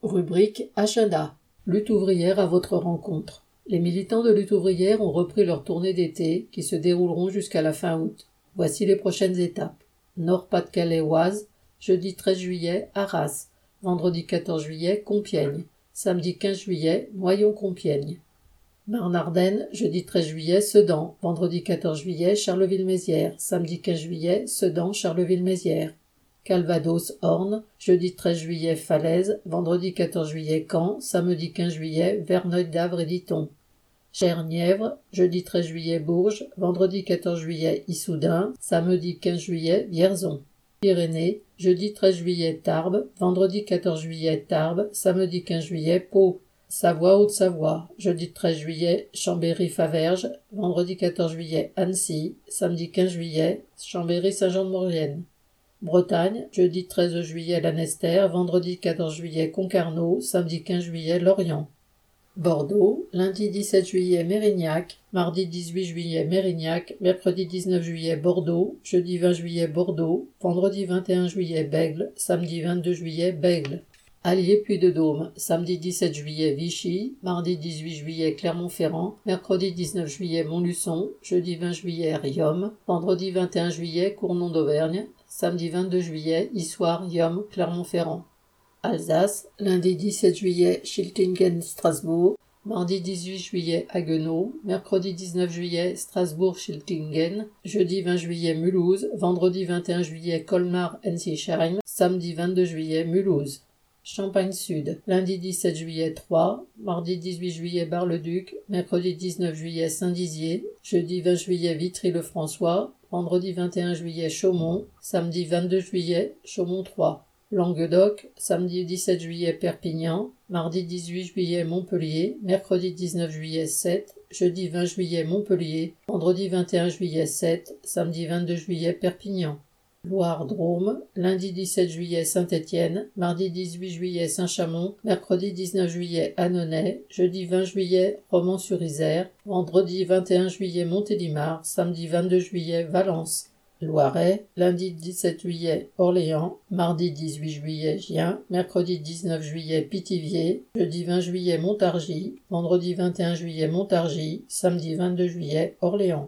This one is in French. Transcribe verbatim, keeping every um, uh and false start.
Rubrique Agenda. Lutte ouvrière à votre rencontre. Les militants de lutte ouvrière ont repris leur tournée d'été qui se dérouleront jusqu'à la fin août. Voici les prochaines étapes. Nord-Pas-de-Calais-Oise, jeudi treize juillet, Arras, vendredi quatorze juillet, Compiègne, samedi quinze juillet, Noyon-Compiègne. Marne-Ardenne, jeudi treize juillet, Sedan, vendredi quatorze juillet, Charleville-Mézières, samedi quinze juillet, Sedan, Charleville-Mézières. Calvados-Orne, jeudi treize juillet, Falaise, vendredi quatorze juillet, Caen, samedi quinze juillet, Verneuil-d'Avre et Diton. Cher-Nièvre, jeudi treize juillet, Bourges, vendredi quatorze juillet, Issoudun, samedi quinze juillet, Vierzon. Pyrénées, jeudi treize juillet, Tarbes, vendredi quatorze juillet, Tarbes, samedi quinze juillet, Pau. Savoie-Haute-Savoie, jeudi treize juillet, Chambéry-Faverges, vendredi quatorze juillet, Annecy, samedi quinze juillet, Chambéry-Saint-Jean-de-Maurienne. Bretagne, jeudi treize juillet, Lanester, vendredi quatorze juillet, Concarneau, samedi quinze juillet, Lorient. Bordeaux, lundi dix-sept juillet, Mérignac, mardi dix-huit juillet, Mérignac, mercredi dix-neuf juillet, Bordeaux, jeudi vingt juillet, Bordeaux, vendredi vingt et un juillet, Bègles, samedi vingt-deux juillet, Bègles. Allier Puy-de-Dôme, samedi dix-sept juillet, Vichy, mardi dix-huit juillet, Clermont-Ferrand, mercredi dix-neuf juillet, Montluçon, jeudi vingt juillet, Riom, vendredi vingt et un juillet, Cournon d'Auvergne, samedi vingt-deux juillet, Issoire, Riom, Clermont-Ferrand. Alsace, lundi dix-sept juillet, Schiltingen-Strasbourg, mardi dix-huit juillet, Haguenau, mercredi dix-neuf juillet, Strasbourg-Schiltingen, jeudi vingt juillet, Mulhouse, vendredi vingt et un juillet, Colmar-Ensisheim, samedi vingt-deux juillet, Mulhouse. Champagne-Sud, lundi dix-sept juillet, Troyes, mardi dix-huit juillet, Bar-le-Duc, mercredi dix-neuf juillet, Saint-Dizier, jeudi vingt juillet, Vitry-le-François, vendredi vingt et un juillet, Chaumont, samedi vingt-deux juillet, Chaumont-trois. Languedoc, samedi dix-sept juillet, Perpignan, mardi dix-huit juillet, Montpellier, mercredi dix-neuf juillet, Sète, jeudi vingt juillet, Montpellier, vendredi vingt et un juillet, Sète, samedi vingt-deux juillet, Perpignan. Loire-Drôme, lundi dix-sept juillet, Saint-Étienne, mardi dix-huit juillet, Saint-Chamond, mercredi dix-neuf juillet, Annonay, jeudi vingt juillet, Romans-sur-Isère, vendredi vingt et un juillet, Montélimar, samedi vingt-deux juillet, Valence. Loiret, lundi dix-sept juillet, Orléans, mardi dix-huit juillet, Gien, mercredi dix-neuf juillet, Pithiviers, jeudi vingt juillet, Montargis, vendredi vingt et un juillet, Montargis, samedi vingt-deux juillet, Orléans.